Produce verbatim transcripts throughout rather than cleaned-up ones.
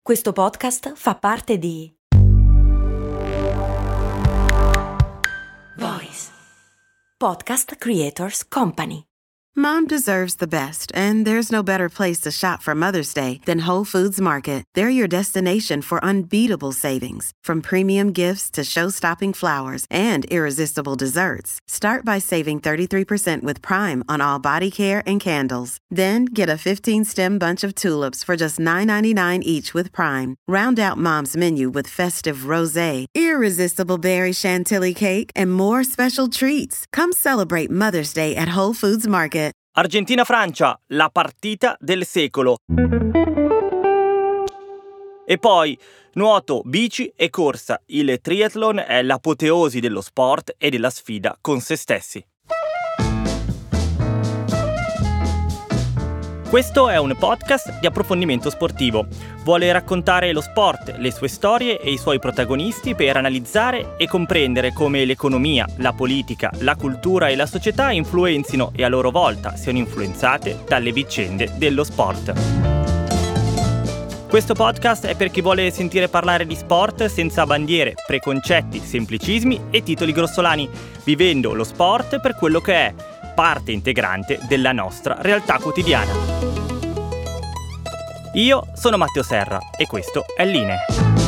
Questo podcast fa parte di Voice Podcast Creators Company. Mom deserves the best, and there's no better place to shop for Mother's Day than Whole Foods Market. They're your destination for unbeatable savings, from premium gifts to show-stopping flowers and irresistible desserts. Start by saving thirty-three percent with Prime on all body care and candles. Then get a fifteen-stem bunch of tulips for just nine ninety-nine each with Prime. Round out Mom's menu with festive rosé, irresistible berry chantilly cake, and more special treats. Come celebrate Mother's Day at Whole Foods Market. Argentina-Francia, la partita del secolo. E poi nuoto, bici e corsa. Il triathlon è l'apoteosi dello sport e della sfida con se stessi. Questo è un podcast di approfondimento sportivo. Vuole raccontare lo sport, le sue storie e i suoi protagonisti per analizzare e comprendere come l'economia, la politica, la cultura e la società influenzino e a loro volta siano influenzate dalle vicende dello sport. Questo podcast è per chi vuole sentire parlare di sport senza bandiere, preconcetti, semplicismi e titoli grossolani, vivendo lo sport per quello che è, parte integrante della nostra realtà quotidiana. Io sono Matteo Serra e questo è Linee.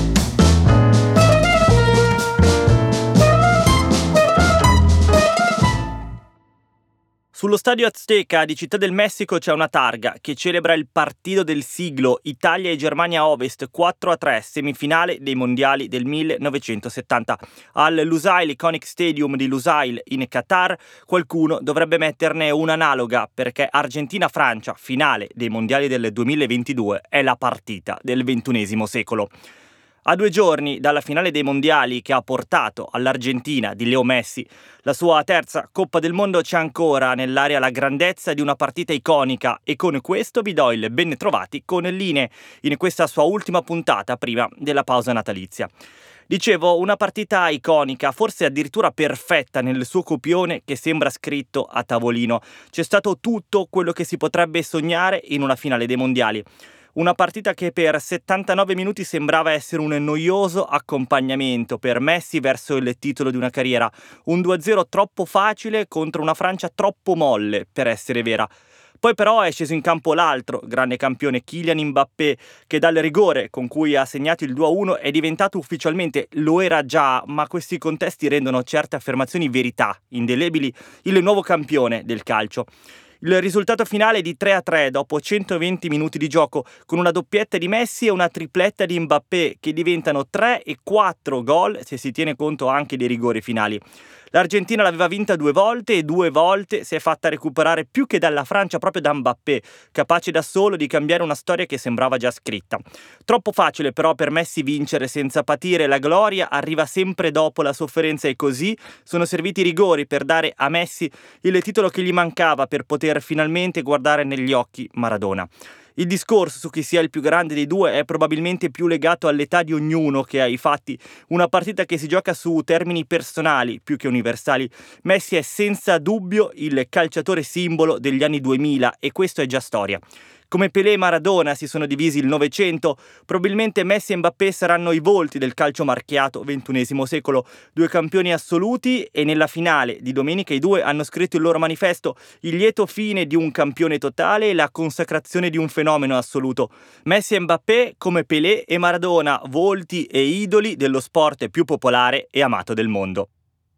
Sullo stadio Azteca di Città del Messico c'è una targa che celebra il partito del siglo Italia e Germania Ovest quattro a tre, semifinale dei mondiali del millenovecentosettanta. Al Lusail Iconic Stadium di Lusail in Qatar qualcuno dovrebbe metterne un'analoga perché Argentina-Francia, finale dei mondiali del duemilaventidue, è la partita del ventunesimo secolo. A due giorni dalla finale dei mondiali che ha portato all'Argentina di Leo Messi la sua terza Coppa del Mondo, c'è ancora nell'aria la grandezza di una partita iconica e con questo vi do il ben trovati con Linee in questa sua ultima puntata prima della pausa natalizia. Dicevo, una partita iconica, forse addirittura perfetta nel suo copione che sembra scritto a tavolino. C'è stato tutto quello che si potrebbe sognare in una finale dei mondiali. Una partita che per settantanove minuti sembrava essere un noioso accompagnamento per Messi verso il titolo di una carriera. Un due a zero troppo facile contro una Francia troppo molle per essere vera. Poi però è sceso in campo l'altro grande campione Kylian Mbappé, che dal rigore con cui ha segnato il due a uno è diventato ufficialmente, lo era già, ma questi contesti rendono certe affermazioni verità, indelebili, il nuovo campione del calcio. Il risultato finale è di tre a tre dopo centoventi minuti di gioco, con una doppietta di Messi e una tripletta di Mbappé che diventano tre e quattro gol se si tiene conto anche dei rigori finali. L'Argentina l'aveva vinta due volte e due volte si è fatta recuperare più che dalla Francia proprio da Mbappé, capace da solo di cambiare una storia che sembrava già scritta. Troppo facile però per Messi vincere senza patire, la gloria arriva sempre dopo la sofferenza e così sono serviti i rigori per dare a Messi il titolo che gli mancava per poter finalmente guardare negli occhi Maradona. Il discorso su chi sia il più grande dei due è probabilmente più legato all'età di ognuno che ai fatti. Una partita che si gioca su termini personali più che universali. Messi è senza dubbio il calciatore simbolo degli anni duemila e questo è già storia. Come Pelé e Maradona si sono divisi il Novecento, probabilmente Messi e Mbappé saranno i volti del calcio marchiato ventunesimo secolo, due campioni assoluti e nella finale di domenica i due hanno scritto il loro manifesto, il lieto fine di un campione totale e la consacrazione di un fenomeno assoluto. Messi e Mbappé come Pelé e Maradona, volti e idoli dello sport più popolare e amato del mondo.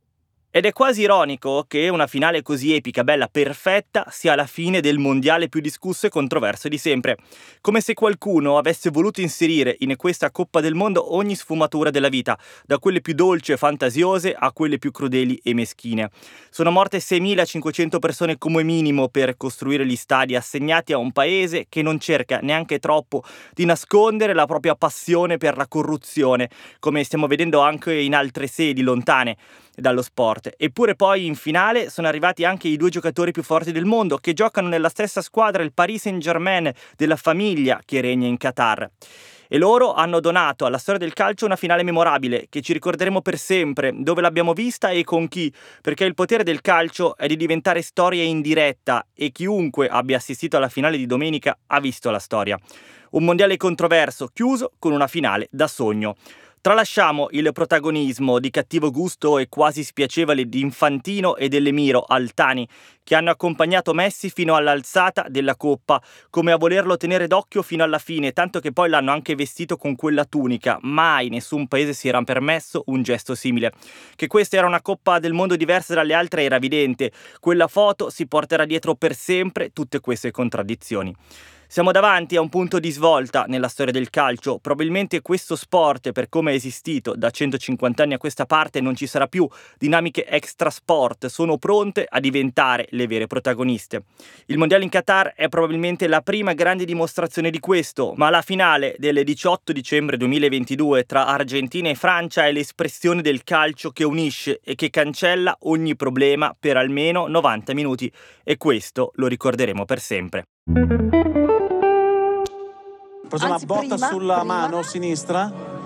Ed è quasi ironico che una finale così epica, bella, perfetta, sia la fine del mondiale più discusso e controverso di sempre. Come se qualcuno avesse voluto inserire in questa Coppa del Mondo ogni sfumatura della vita, da quelle più dolci e fantasiose a quelle più crudeli e meschine. Sono morte seimilacinquecento persone come minimo per costruire gli stadi assegnati a un paese che non cerca neanche troppo di nascondere la propria passione per la corruzione, come stiamo vedendo anche in altre sedi lontane dallo sport. Eppure poi in finale sono arrivati anche i due giocatori più forti del mondo che giocano nella stessa squadra, il Paris Saint-Germain della famiglia che regna in Qatar. E loro hanno donato alla storia del calcio una finale memorabile che ci ricorderemo per sempre, dove l'abbiamo vista e con chi, perché il potere del calcio è di diventare storia in diretta e chiunque abbia assistito alla finale di domenica ha visto la storia. Un mondiale controverso, chiuso con una finale da sogno. Tralasciamo il protagonismo di cattivo gusto e quasi spiacevole di Infantino e dell'Emiro Al-Thani, che hanno accompagnato Messi fino all'alzata della coppa, come a volerlo tenere d'occhio fino alla fine, tanto che poi l'hanno anche vestito con quella tunica. Mai nessun paese si era permesso un gesto simile. Che questa era una Coppa del Mondo diversa dalle altre era evidente. Quella foto si porterà dietro per sempre tutte queste contraddizioni. Siamo davanti a un punto di svolta nella storia del calcio. Probabilmente questo sport, per come è esistito da centocinquanta anni a questa parte, non ci sarà più. Dinamiche extra sport sono pronte a diventare le vere protagoniste. Il mondiale in Qatar è probabilmente la prima grande dimostrazione di questo, ma la finale del diciotto dicembre duemilaventidue tra Argentina e Francia è l'espressione del calcio che unisce e che cancella ogni problema per almeno novanta minuti, e questo lo ricorderemo per sempre. Ha preso Anzi, una botta prima, sulla prima. mano sinistra?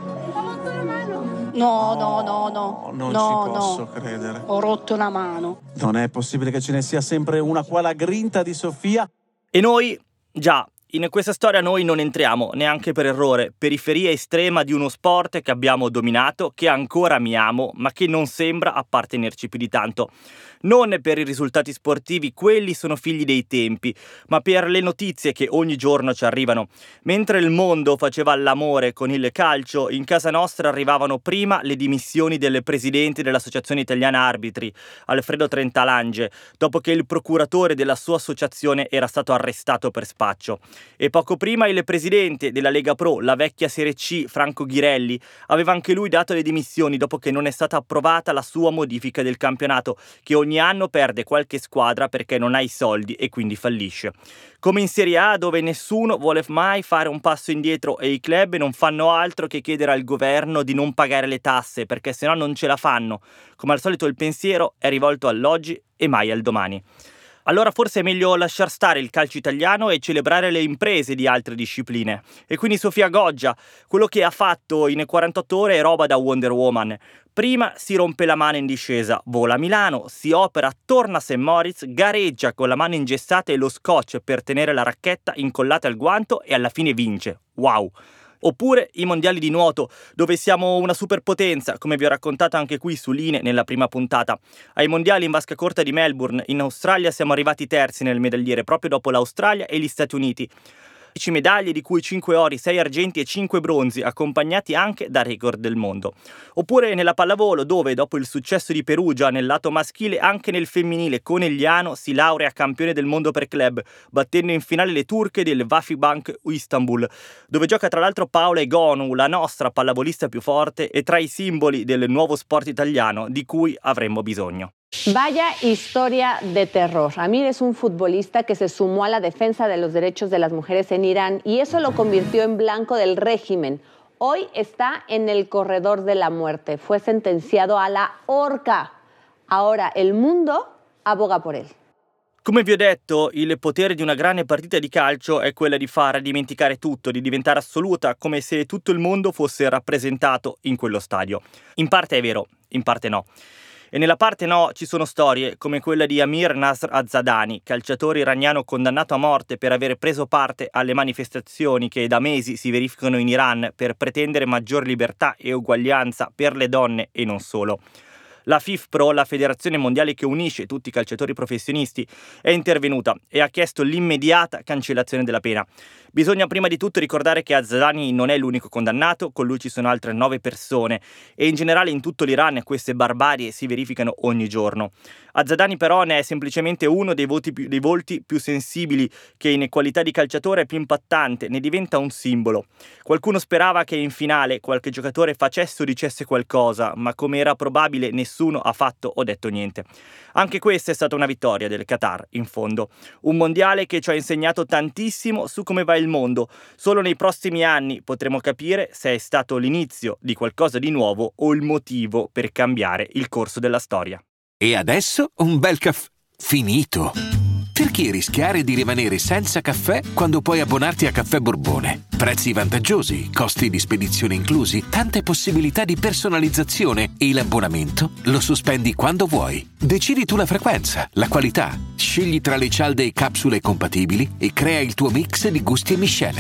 No, no, no, no. Non no, ci posso no. credere. Ho rotto una mano. Non è possibile che ce ne sia sempre una qua, la grinta di Sofia. E noi, già, in questa storia noi non entriamo neanche per errore, periferia estrema di uno sport che abbiamo dominato, che ancora amiamo, ma che non sembra appartenerci più di tanto. Non per i risultati sportivi, quelli sono figli dei tempi, ma per le notizie che ogni giorno ci arrivano. Mentre il mondo faceva l'amore con il calcio, in casa nostra arrivavano prima le dimissioni del presidente dell'Associazione Italiana Arbitri, Alfredo Trentalange, dopo che il procuratore della sua associazione era stato arrestato per spaccio. E poco prima il presidente della Lega Pro, la vecchia Serie C, Franco Ghirelli, aveva anche lui dato le dimissioni dopo che non è stata approvata la sua modifica del campionato, che ogni anno perde qualche squadra perché non ha i soldi e quindi fallisce. Come in Serie A, dove nessuno vuole mai fare un passo indietro e i club non fanno altro che chiedere al governo di non pagare le tasse perché sennò non ce la fanno. Come al solito il pensiero è rivolto all'oggi e mai al domani. Allora forse è meglio lasciar stare il calcio italiano e celebrare le imprese di altre discipline. E quindi Sofia Goggia, quello che ha fatto in quarantotto ore è roba da Wonder Woman. Prima si rompe la mano in discesa, vola a Milano, si opera, torna a Saint Moritz, gareggia con la mano ingessata e lo scotch per tenere la racchetta incollata al guanto e alla fine vince. Wow! Oppure i mondiali di nuoto, dove siamo una superpotenza, come vi ho raccontato anche qui su Line nella prima puntata. Ai mondiali in vasca corta di Melbourne, in Australia, siamo arrivati terzi nel medagliere, proprio dopo l'Australia e gli Stati Uniti. dieci medaglie, di cui cinque ori, sei argenti e cinque bronzi, accompagnati anche da record del mondo. Oppure nella pallavolo, dove dopo il successo di Perugia nel lato maschile, anche nel femminile Conegliano si laurea campione del mondo per club, battendo in finale le turche del Vafibank Istanbul, dove gioca tra l'altro Paola Egonu, la nostra pallavolista più forte e tra i simboli del nuovo sport italiano di cui avremmo bisogno. Vaya historia de terror. Amir es un futbolista que se sumó a la defensa de los derechos de las mujeres en Irán y eso lo convirtió en blanco del régimen. Hoy está en el corredor de la muerte. Fue sentenciado a la horca. Ahora el mundo aboga por él. Come vi ho detto, il potere di una grande partita di calcio è quella di far dimenticare tutto, di diventare assoluta, come se tutto il mondo fosse rappresentato in quello stadio. In parte è vero, in parte no. E nella parte no ci sono storie come quella di Amir Nasr Azadani, calciatore iraniano condannato a morte per aver preso parte alle manifestazioni che da mesi si verificano in Iran per pretendere maggior libertà e uguaglianza per le donne e non solo. La FIFPro, la federazione mondiale che unisce tutti i calciatori professionisti, è intervenuta e ha chiesto l'immediata cancellazione della pena. Bisogna prima di tutto ricordare che Azadani non è l'unico condannato, con lui ci sono altre nove persone e in generale in tutto l'Iran queste barbarie si verificano ogni giorno. Azadani però ne è semplicemente uno dei, voti più, dei volti più sensibili che in qualità di calciatore è più impattante, ne diventa un simbolo. Qualcuno sperava che in finale qualche giocatore facesse o dicesse qualcosa, ma come era probabile nessuno ha fatto o detto niente. Anche questa è stata una vittoria del Qatar, in fondo. Un mondiale che ci ha insegnato tantissimo su come va il mondo. Solo nei prossimi anni potremo capire se è stato l'inizio di qualcosa di nuovo o il motivo per cambiare il corso della storia. E adesso un bel caffè finito. Perché rischiare di rimanere senza caffè quando puoi abbonarti a Caffè Borbone? Prezzi vantaggiosi, costi di spedizione inclusi, tante possibilità di personalizzazione e l'abbonamento lo sospendi quando vuoi. Decidi tu la frequenza, la qualità, scegli tra le cialde e capsule compatibili e crea il tuo mix di gusti e miscele.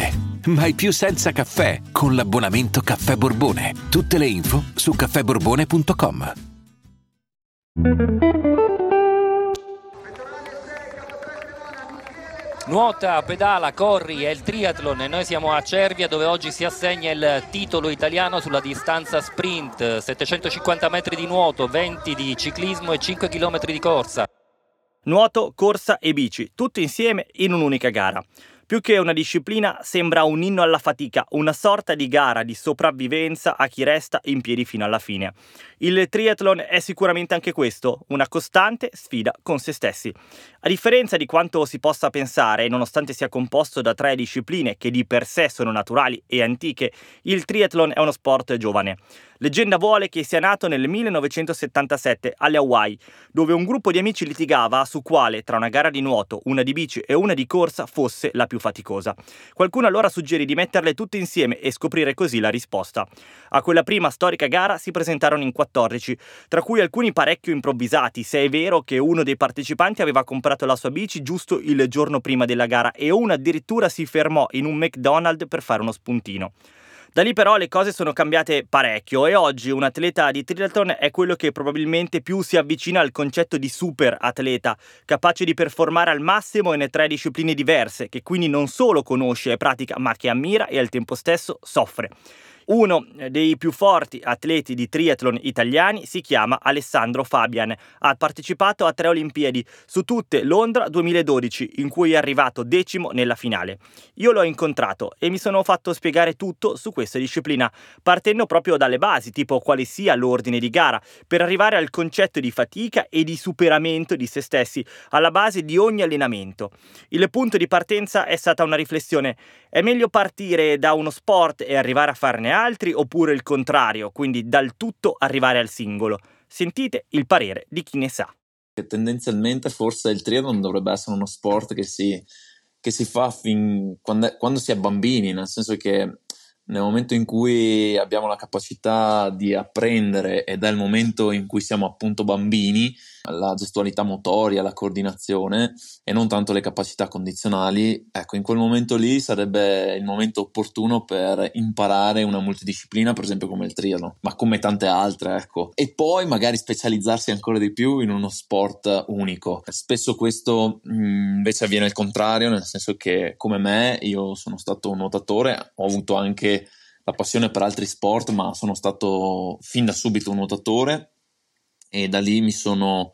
mai più senza caffè con l'abbonamento Caffè Borbone. Tutte le info su caffè borbone punto com. Nuota, pedala, corri, è il triathlon e noi siamo a Cervia dove oggi si assegna il titolo italiano sulla distanza sprint, settecentocinquanta metri di nuoto, venti di ciclismo e cinque chilometri di corsa. Nuoto, corsa e bici, tutto insieme in un'unica gara. Più che una disciplina sembra un inno alla fatica, una sorta di gara di sopravvivenza a chi resta in piedi fino alla fine. Il triathlon è sicuramente anche questo, una costante sfida con se stessi. A differenza di quanto si possa pensare, nonostante sia composto da tre discipline che di per sé sono naturali e antiche, il triathlon è uno sport giovane. Leggenda vuole che sia nato nel millenovecentosettantasette alle Hawaii, dove un gruppo di amici litigava su quale, tra una gara di nuoto, una di bici e una di corsa, fosse la più faticosa. Qualcuno allora suggerì di metterle tutte insieme e scoprire così la risposta. A quella prima storica gara si presentarono in quattordici, tra cui alcuni parecchio improvvisati, se è vero che uno dei partecipanti aveva comprato la sua bici giusto il giorno prima della gara e uno addirittura si fermò in un McDonald's per fare uno spuntino. Da lì però le cose sono cambiate parecchio e oggi un atleta di triathlon è quello che probabilmente più si avvicina al concetto di super atleta, capace di performare al massimo in tre discipline diverse, che quindi non solo conosce e pratica, ma che ammira e al tempo stesso soffre. Uno dei più forti atleti di triathlon italiani si chiama Alessandro Fabian. Ha partecipato a tre Olimpiadi, su tutte Londra duemiladodici, in cui è arrivato decimo nella finale. Io l'ho incontrato e mi sono fatto spiegare tutto su questa disciplina, partendo proprio dalle basi, tipo quale sia l'ordine di gara, per arrivare al concetto di fatica e di superamento di se stessi, alla base di ogni allenamento. Il punto di partenza è stata una riflessione: è meglio partire da uno sport e arrivare a farne altri, oppure il contrario, quindi dal tutto arrivare al singolo? Sentite il parere di chi ne sa. Tendenzialmente forse il triathlon dovrebbe essere uno sport che si, che si fa fin quando, quando si è bambini, nel senso che nel momento in cui abbiamo la capacità di apprendere ed è il momento in cui siamo appunto bambini, la gestualità motoria, la coordinazione e non tanto le capacità condizionali, ecco, in quel momento lì sarebbe il momento opportuno per imparare una multidisciplina, per esempio come il triathlon, ma come tante altre, ecco, e poi magari specializzarsi ancora di più in uno sport unico. Spesso questo mh, invece avviene al contrario, nel senso che come me, io sono stato un nuotatore, ho avuto anche la passione per altri sport, ma sono stato fin da subito un nuotatore e da lì mi sono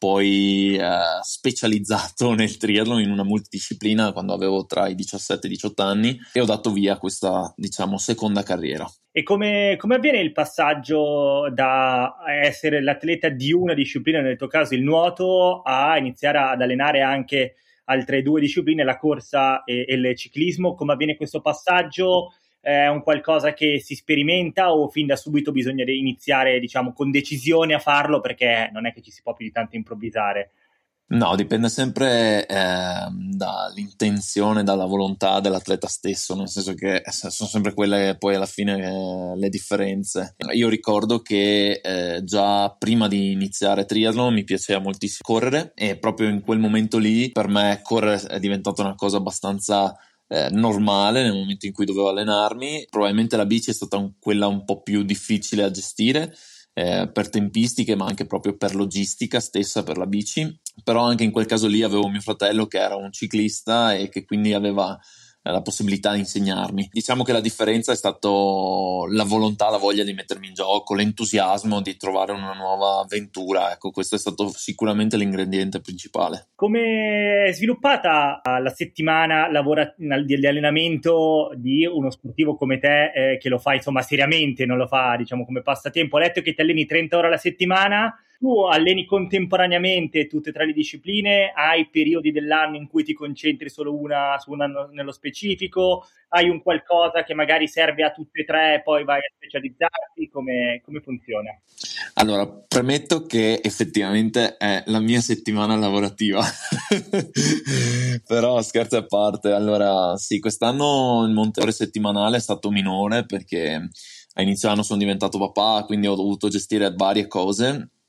poi eh, specializzato nel triathlon in una multidisciplina quando avevo tra i diciassette e i diciotto anni e ho dato via questa, diciamo, seconda carriera. E come, come avviene il passaggio da essere l'atleta di una disciplina, nel tuo caso il nuoto, a iniziare ad allenare anche altre due discipline, la corsa e, e il ciclismo? Come avviene questo passaggio? È un qualcosa che si sperimenta o fin da subito bisogna iniziare, diciamo, con decisione a farlo, perché non è che ci si può più di tanto improvvisare? No, dipende sempre eh, dall'intenzione, dalla volontà dell'atleta stesso, nel senso che sono sempre quelle poi alla fine eh, le differenze. Io ricordo che eh, già prima di iniziare triathlon mi piaceva moltissimo correre e proprio in quel momento lì per me correre è diventata una cosa abbastanza Eh, normale nel momento in cui dovevo allenarmi. Probabilmente la bici è stata un, quella un po' più difficile a gestire eh, per tempistiche, ma anche proprio per logistica stessa per la bici, però anche in quel caso lì avevo mio fratello che era un ciclista e che quindi aveva eh, la possibilità di insegnarmi. Diciamo che la differenza è stato la volontà, la voglia di mettermi in gioco, l'entusiasmo di trovare una nuova avventura. Ecco, questo è stato sicuramente l'ingrediente principale. Come è sviluppata la settimana lavora- di allenamento di uno sportivo come te eh, che lo fa insomma seriamente, non lo fa diciamo come passatempo? Ho letto che ti alleni trenta ore alla settimana. Tu alleni contemporaneamente tutte e tre le discipline? Hai periodi dell'anno in cui ti concentri solo una su una nello specifico? Hai un qualcosa che magari serve a tutte e tre e poi vai a specializzarti? Come, come funziona? Allora, premetto che effettivamente è la mia settimana lavorativa, però scherzi a parte. Allora sì, quest'anno il monte ore settimanale è stato minore perché a inizio anno sono diventato papà, quindi ho dovuto gestire varie cose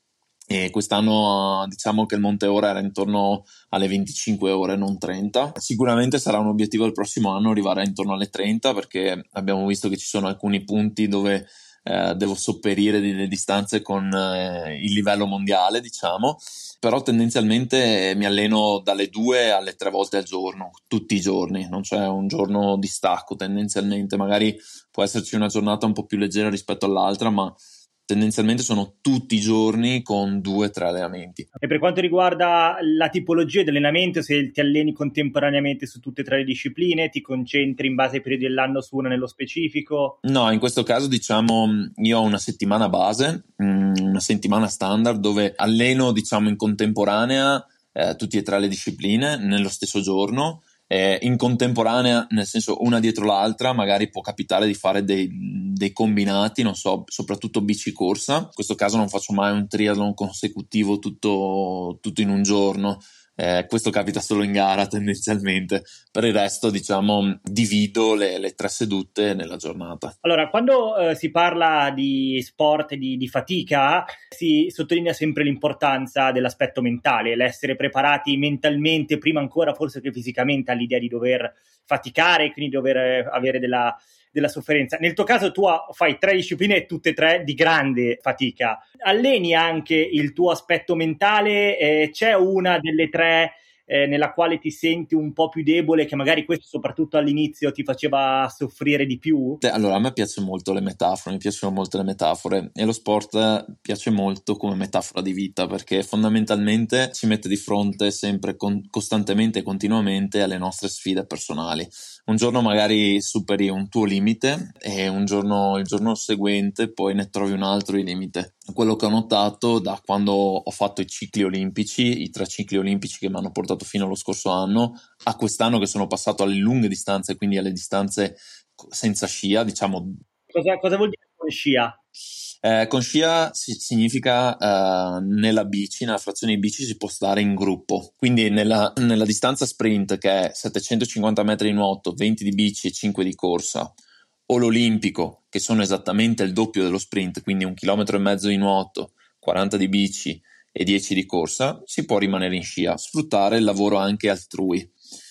e quest'anno diciamo che il monte ora era intorno alle venticinque ore, non trenta. Sicuramente sarà un obiettivo il prossimo anno arrivare intorno alle trenta, perché abbiamo visto che ci sono alcuni punti dove eh, devo sopperire delle distanze con eh, il livello mondiale, diciamo. Però tendenzialmente mi alleno dalle due alle tre volte al giorno, tutti i giorni, non c'è un giorno di stacco tendenzialmente, magari può esserci una giornata un po' più leggera rispetto all'altra, ma tendenzialmente sono tutti i giorni con due o tre allenamenti. E per quanto riguarda la tipologia di allenamento, se ti alleni contemporaneamente su tutte e tre le discipline, ti concentri in base ai periodi dell'anno su una nello specifico? No, in questo caso diciamo io ho una settimana base, una settimana standard dove alleno diciamo in contemporanea eh, tutte e tre le discipline nello stesso giorno. Eh, in contemporanea, nel senso una dietro l'altra, magari può capitare di fare dei, dei combinati, non so, soprattutto bici corsa. In questo caso non faccio mai un triathlon consecutivo tutto, tutto in un giorno. Eh, questo capita solo in gara tendenzialmente. Per il resto diciamo divido le, le tre sedute nella giornata. Allora, quando eh, si parla di sport, di, di fatica, si sottolinea sempre l'importanza dell'aspetto mentale, l'essere preparati mentalmente, prima ancora forse che fisicamente, all'idea di dover faticare, quindi dover avere della della sofferenza. Nel tuo caso tu fai tre discipline, tutte e tre di grande fatica. Alleni anche il tuo aspetto mentale? Eh, c'è una delle tre eh, nella quale ti senti un po' più debole, che magari questo soprattutto all'inizio ti faceva soffrire di più? Allora, a me piacciono molto le metafore, mi piacciono molto le metafore e lo sport piace molto come metafora di vita, perché fondamentalmente ci mette di fronte sempre con, costantemente e continuamente alle nostre sfide personali. Un giorno magari superi un tuo limite e un giorno, il giorno seguente poi ne trovi un altro di limite. Quello che ho notato da quando ho fatto i cicli olimpici, i tre cicli olimpici che mi hanno portato fino allo scorso anno, a quest'anno che sono passato alle lunghe distanze, quindi alle distanze senza scia, diciamo. Cosa, cosa vuol dire con scia? Eh, con scia si, significa eh, nella bici, nella frazione di bici si può stare in gruppo, quindi nella, nella distanza sprint, che è settecentocinquanta metri di nuoto, venti di bici e cinque di corsa, o l'olimpico, che sono esattamente il doppio dello sprint, quindi un chilometro e mezzo di nuoto, quaranta di bici e dieci di corsa, si può rimanere in scia, sfruttare il lavoro anche altrui.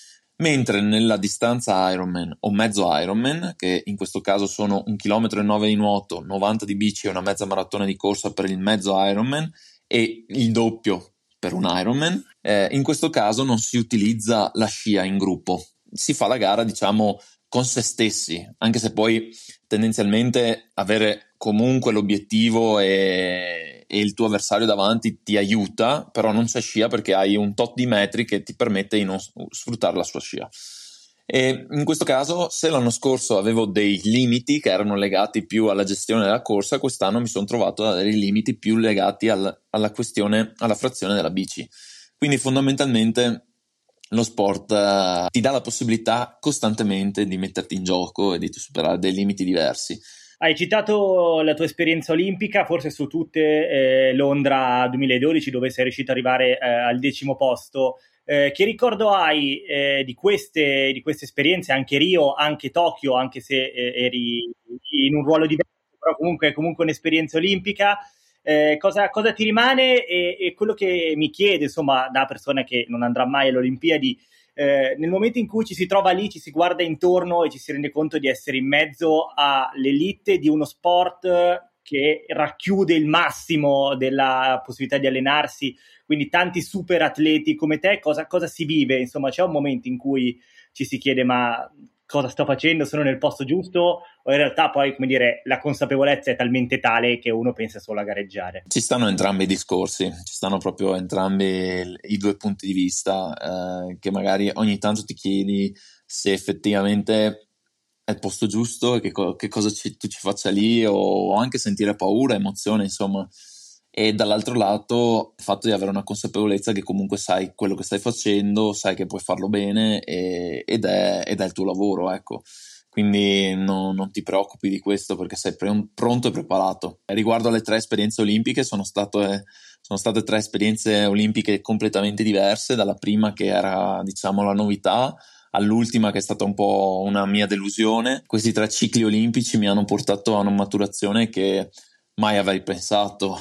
Mentre nella distanza Ironman o mezzo Ironman, che in questo caso sono un chilometro e nove di nuoto, novanta di bici e una mezza maratona di corsa per il mezzo Ironman e il doppio per un Ironman, eh, in questo caso non si utilizza la scia in gruppo, si fa la gara diciamo con se stessi, anche se poi tendenzialmente avere comunque l'obiettivo e, e il tuo avversario davanti ti aiuta, però non c'è scia perché hai un tot di metri che ti permette di non sfruttare la sua scia. E in questo caso, se l'anno scorso avevo dei limiti che erano legati più alla gestione della corsa, quest'anno mi sono trovato ad avere i limiti più legati al, alla questione, alla frazione della bici. Quindi fondamentalmente lo sport uh, ti dà la possibilità costantemente di metterti in gioco e di superare dei limiti diversi. Hai citato la tua esperienza olimpica, forse su tutte eh, Londra duemiladodici, dove sei riuscito ad arrivare eh, al decimo posto. Eh, che ricordo hai eh, di queste di queste esperienze, anche Rio, anche Tokyo, anche se eh, eri in un ruolo diverso, però comunque comunque un'esperienza olimpica? Eh, cosa, cosa ti rimane? E, e quello che mi chiede, insomma, da persona che non andrà mai alle Olimpiadi, eh, nel momento in cui ci si trova lì, ci si guarda intorno e ci si rende conto di essere in mezzo all'elite di uno sport che racchiude il massimo della possibilità di allenarsi, quindi tanti super atleti come te, cosa, cosa si vive? Insomma, c'è un momento in cui ci si chiede ma cosa sto facendo, sono nel posto giusto, o in realtà poi, come dire, la consapevolezza è talmente tale che uno pensa solo a gareggiare? Ci stanno entrambi i discorsi, ci stanno proprio entrambi i due punti di vista, eh, che magari ogni tanto ti chiedi se effettivamente è il posto giusto, che, co- che cosa ci, tu ci faccia lì, o anche sentire paura, emozione, insomma. E dall'altro lato il fatto di avere una consapevolezza che comunque sai quello che stai facendo, sai che puoi farlo bene e, ed, è, ed è il tuo lavoro, ecco. Quindi no, non ti preoccupi di questo perché sei pre- pronto e preparato. E riguardo alle tre esperienze olimpiche, sono, stato, eh, sono state tre esperienze olimpiche completamente diverse, dalla prima che era diciamo la novità all'ultima che è stata un po' una mia delusione. Questi tre cicli olimpici mi hanno portato a una maturazione che mai avrei pensato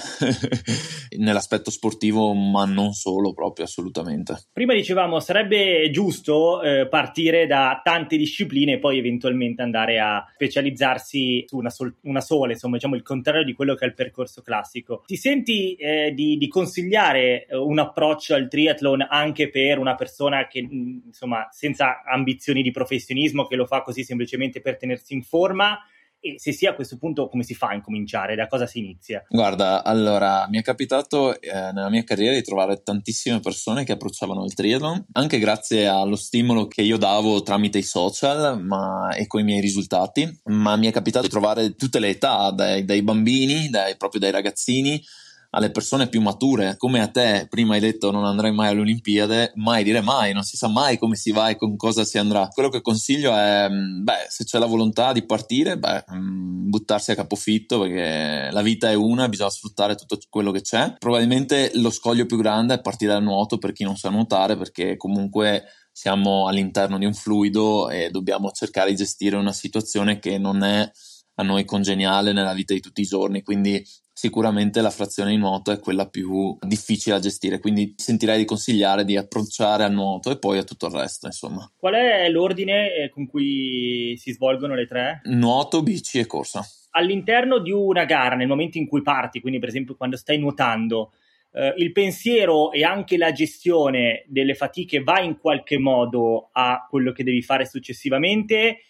nell'aspetto sportivo, ma non solo, proprio assolutamente. Prima dicevamo sarebbe giusto eh, partire da tante discipline e poi eventualmente andare a specializzarsi su una, sol- una sola, insomma diciamo il contrario di quello che è il percorso classico. Ti senti eh, di, di consigliare eh, un approccio al triathlon anche per una persona che mh, insomma senza ambizioni di professionismo, che lo fa così semplicemente per tenersi in forma? E se sì, a questo punto come si fa a incominciare? Da cosa si inizia? Guarda, allora mi è capitato eh, nella mia carriera di trovare tantissime persone che approcciavano il triathlon, anche grazie allo stimolo che io davo tramite i social ma, e con i miei risultati, ma mi è capitato di trovare tutte le età, dai, dai bambini, dai, proprio dai ragazzini, alle persone più mature. Come a te prima hai detto non andrai mai alle Olimpiadi, mai dire mai, non si sa mai come si va e con cosa si andrà. Quello che consiglio è, beh, se c'è la volontà di partire, beh, buttarsi a capofitto, perché la vita è una, bisogna sfruttare tutto quello che c'è. Probabilmente lo scoglio più grande è partire dal nuoto per chi non sa nuotare, perché comunque siamo all'interno di un fluido e dobbiamo cercare di gestire una situazione che non è a noi congeniale nella vita di tutti i giorni, quindi sicuramente la frazione di nuoto è quella più difficile da gestire, quindi sentirei di consigliare di approcciare al nuoto e poi a tutto il resto, insomma. Qual è l'ordine con cui si svolgono le tre? Nuoto, bici e corsa. All'interno di una gara, nel momento in cui parti, quindi per esempio quando stai nuotando, eh, il pensiero e anche la gestione delle fatiche va in qualche modo a quello che devi fare successivamente,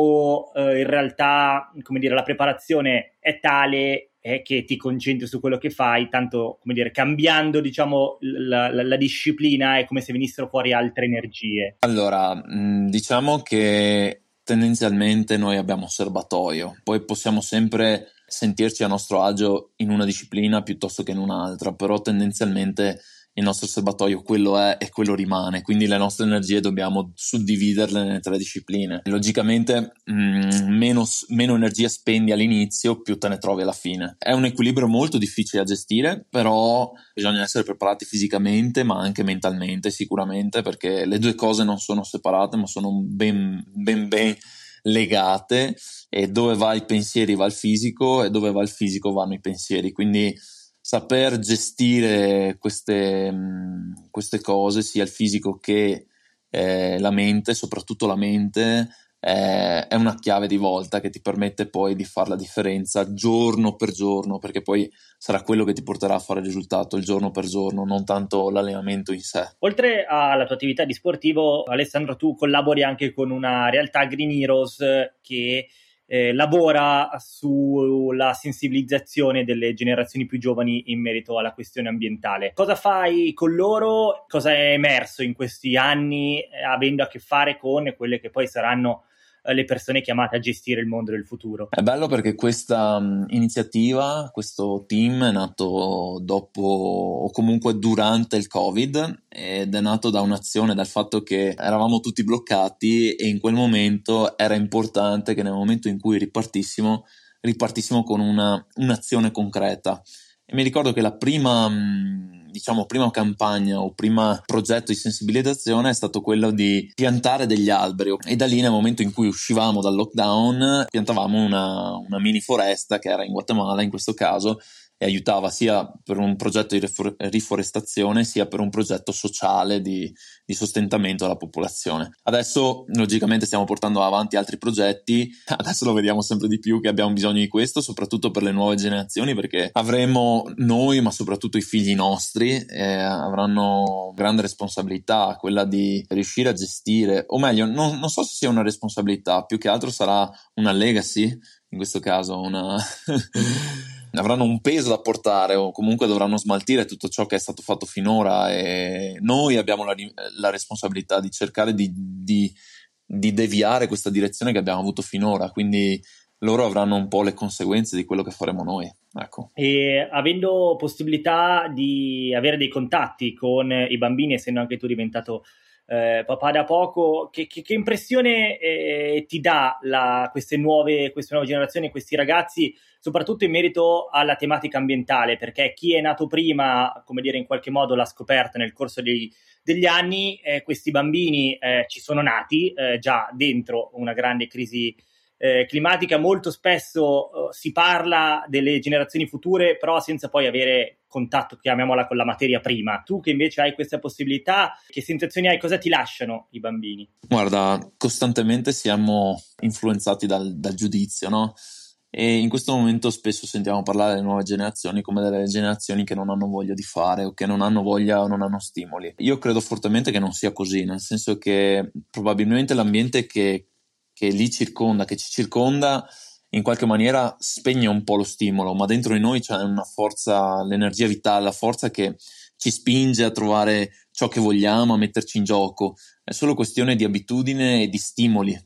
o eh, in realtà, come dire, la preparazione è tale eh, che ti concentri su quello che fai, tanto, come dire, cambiando, diciamo, la, la, la disciplina è come se venissero fuori altre energie? Allora, mh, diciamo che tendenzialmente noi abbiamo un serbatoio, poi possiamo sempre sentirci a nostro agio in una disciplina piuttosto che in un'altra, però tendenzialmente il nostro serbatoio quello è e quello rimane, quindi le nostre energie dobbiamo suddividerle nelle tre discipline. Logicamente mh, meno, meno energia spendi all'inizio, più te ne trovi alla fine. È un equilibrio molto difficile da gestire, però bisogna essere preparati fisicamente ma anche mentalmente sicuramente, perché le due cose non sono separate ma sono ben ben ben legate, e dove va i pensieri va il fisico e dove va il fisico vanno i pensieri, quindi saper gestire queste, mh, queste cose, sia il fisico che eh, la mente, soprattutto la mente, eh, è una chiave di volta che ti permette poi di fare la differenza giorno per giorno, perché poi sarà quello che ti porterà a fare il risultato il giorno per giorno, non tanto l'allenamento in sé. Oltre alla tua attività di sportivo, Alessandro, tu collabori anche con una realtà, Green Heroes, che Eh, lavora sulla sensibilizzazione delle generazioni più giovani in merito alla questione ambientale. Cosa fai con loro? Cosa è emerso in questi anni eh, avendo a che fare con quelle che poi saranno eh, le persone chiamate a gestire il mondo del futuro? È bello perché questa um, iniziativa, questo team è nato dopo o comunque durante il Covid, ed è nato da un'azione, dal fatto che eravamo tutti bloccati e in quel momento era importante che nel momento in cui ripartissimo ripartissimo con una, un'azione concreta. E mi ricordo che la prima, diciamo, prima campagna o prima progetto di sensibilizzazione è stato quello di piantare degli alberi, e da lì, nel momento in cui uscivamo dal lockdown, piantavamo una, una mini foresta che era in Guatemala in questo caso, e aiutava sia per un progetto di riforestazione sia per un progetto sociale di, di sostentamento della popolazione. Adesso logicamente stiamo portando avanti altri progetti, adesso lo vediamo sempre di più che abbiamo bisogno di questo, soprattutto per le nuove generazioni, perché avremo noi, ma soprattutto i figli nostri, eh, avranno grande responsabilità, quella di riuscire a gestire, o meglio, non, non so se sia una responsabilità, più che altro sarà una legacy, in questo caso una... avranno un peso da portare, o comunque dovranno smaltire tutto ciò che è stato fatto finora, e noi abbiamo la, la responsabilità di cercare di, di, di deviare questa direzione che abbiamo avuto finora, quindi loro avranno un po' le conseguenze di quello che faremo noi. Ecco. E avendo possibilità di avere dei contatti con i bambini, essendo anche tu diventato Eh, papà da poco, che, che, che impressione eh, ti dà la, queste, nuove, queste nuove generazioni, questi ragazzi, soprattutto in merito alla tematica ambientale? Perché chi è nato prima, come dire, in qualche modo l'ha scoperta nel corso dei, degli anni, eh, questi bambini eh, ci sono nati eh, già dentro una grande crisi eh, climatica molto spesso eh, si parla delle generazioni future, però senza poi avere contatto, chiamiamola, con la materia prima. Tu che invece hai questa possibilità, che sensazioni hai? Cosa ti lasciano i bambini? Guarda, costantemente siamo influenzati dal, dal giudizio, no? E in questo momento spesso sentiamo parlare delle nuove generazioni come delle generazioni che non hanno voglia di fare o che non hanno voglia o non hanno stimoli. Io credo fortemente che non sia così, nel senso che probabilmente l'ambiente che, che li circonda, che ci circonda, in qualche maniera spegne un po' lo stimolo, ma dentro di noi c'è una forza, l'energia vitale, la forza che ci spinge a trovare ciò che vogliamo, a metterci in gioco. È solo questione di abitudine e di stimoli.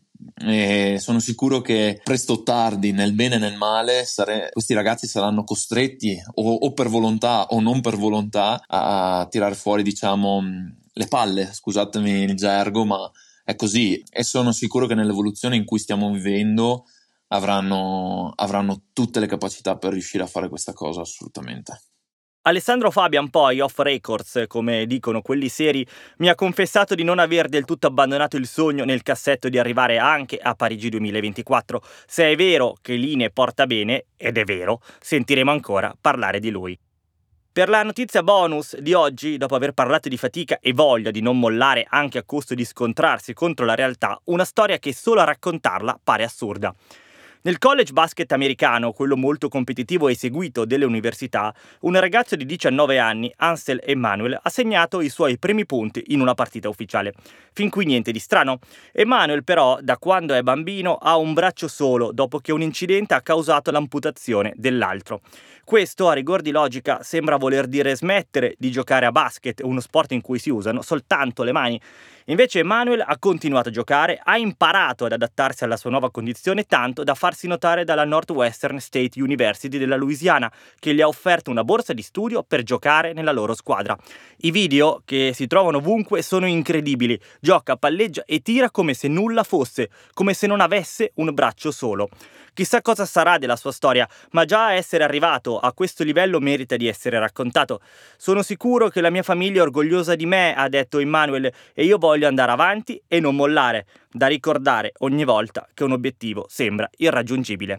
E sono sicuro che presto o tardi, nel bene e nel male, sare- questi ragazzi saranno costretti o, o per volontà o non per volontà a, a tirare fuori, diciamo, le palle, scusatemi il gergo, ma è così. E sono sicuro che nell'evoluzione in cui stiamo vivendo avranno, avranno tutte le capacità per riuscire a fare questa cosa, assolutamente. Alessandro Fabian poi, off records, come dicono quelli seri, mi ha confessato di non aver del tutto abbandonato il sogno nel cassetto di arrivare anche a Parigi duemilaventiquattro. Se è vero che Line porta bene, ed è vero, sentiremo ancora parlare di lui. Per la notizia bonus di oggi, dopo aver parlato di fatica e voglia di non mollare anche a costo di scontrarsi contro la realtà, una storia che solo a raccontarla pare assurda. Nel college basket americano, quello molto competitivo e seguito delle università, un ragazzo di diciannove anni, Ansel Emmanuel, ha segnato i suoi primi punti in una partita ufficiale. Fin qui niente di strano. Emmanuel però, da quando è bambino, ha un braccio solo dopo che un incidente ha causato l'amputazione dell'altro. Questo, a rigor di logica, sembra voler dire smettere di giocare a basket, uno sport in cui si usano soltanto le mani. Invece Emmanuel ha continuato a giocare, ha imparato ad adattarsi alla sua nuova condizione tanto da farsi notare dalla Northwestern State University della Louisiana, che gli ha offerto una borsa di studio per giocare nella loro squadra. I video, che si trovano ovunque, sono incredibili. Gioca, palleggia e tira come se nulla fosse, come se non avesse un braccio solo. Chissà cosa sarà della sua storia, ma già essere arrivato a questo livello merita di essere raccontato. Sono sicuro che la mia famiglia è orgogliosa di me, ha detto Emmanuel, e io voglio andare avanti e non mollare, da ricordare ogni volta che un obiettivo sembra irraggiungibile.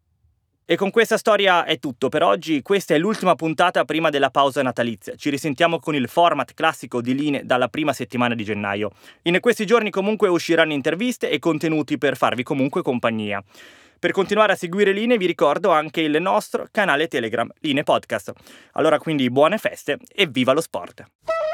E con questa storia è tutto per oggi. Questa è l'ultima puntata prima della pausa natalizia. Ci risentiamo con il format classico di Line dalla prima settimana di gennaio. In questi giorni comunque usciranno interviste e contenuti per farvi comunque compagnia. Per continuare a seguire Line vi ricordo anche il nostro canale Telegram, Line Podcast. Allora quindi buone feste e viva lo sport!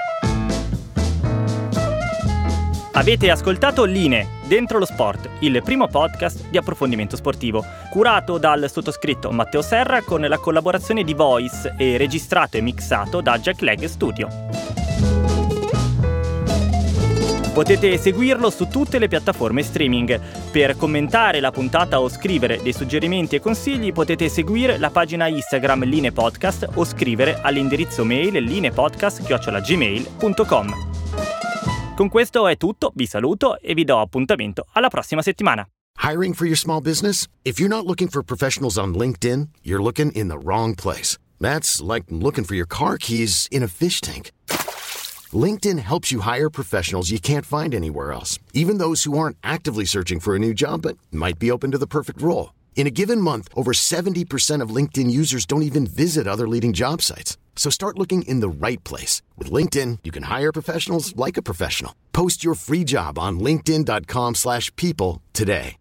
Avete ascoltato Line, Dentro lo Sport, il primo podcast di approfondimento sportivo, curato dal sottoscritto Matteo Serra con la collaborazione di Voice e registrato e mixato da Jack Leg Studio. Potete seguirlo su tutte le piattaforme streaming. Per commentare la puntata o scrivere dei suggerimenti e consigli potete seguire la pagina Instagram Line Podcast o scrivere all'indirizzo mail linepodcast chiocciola gmail punto com. Con questo è tutto, vi saluto e vi do appuntamento alla prossima settimana. Hiring for your small business? If you're not looking for professionals on LinkedIn, you're looking in the wrong place. That's like looking for your car keys in a fish tank. LinkedIn helps you hire professionals you can't find anywhere else, even those who aren't actively searching for a new job but might be open to the perfect role. In a given month, over seventy percent of LinkedIn users don't even visit other leading job sites. So start looking in the right place. With LinkedIn, you can hire professionals like a professional. Post your free job on linkedin dot com slash people today.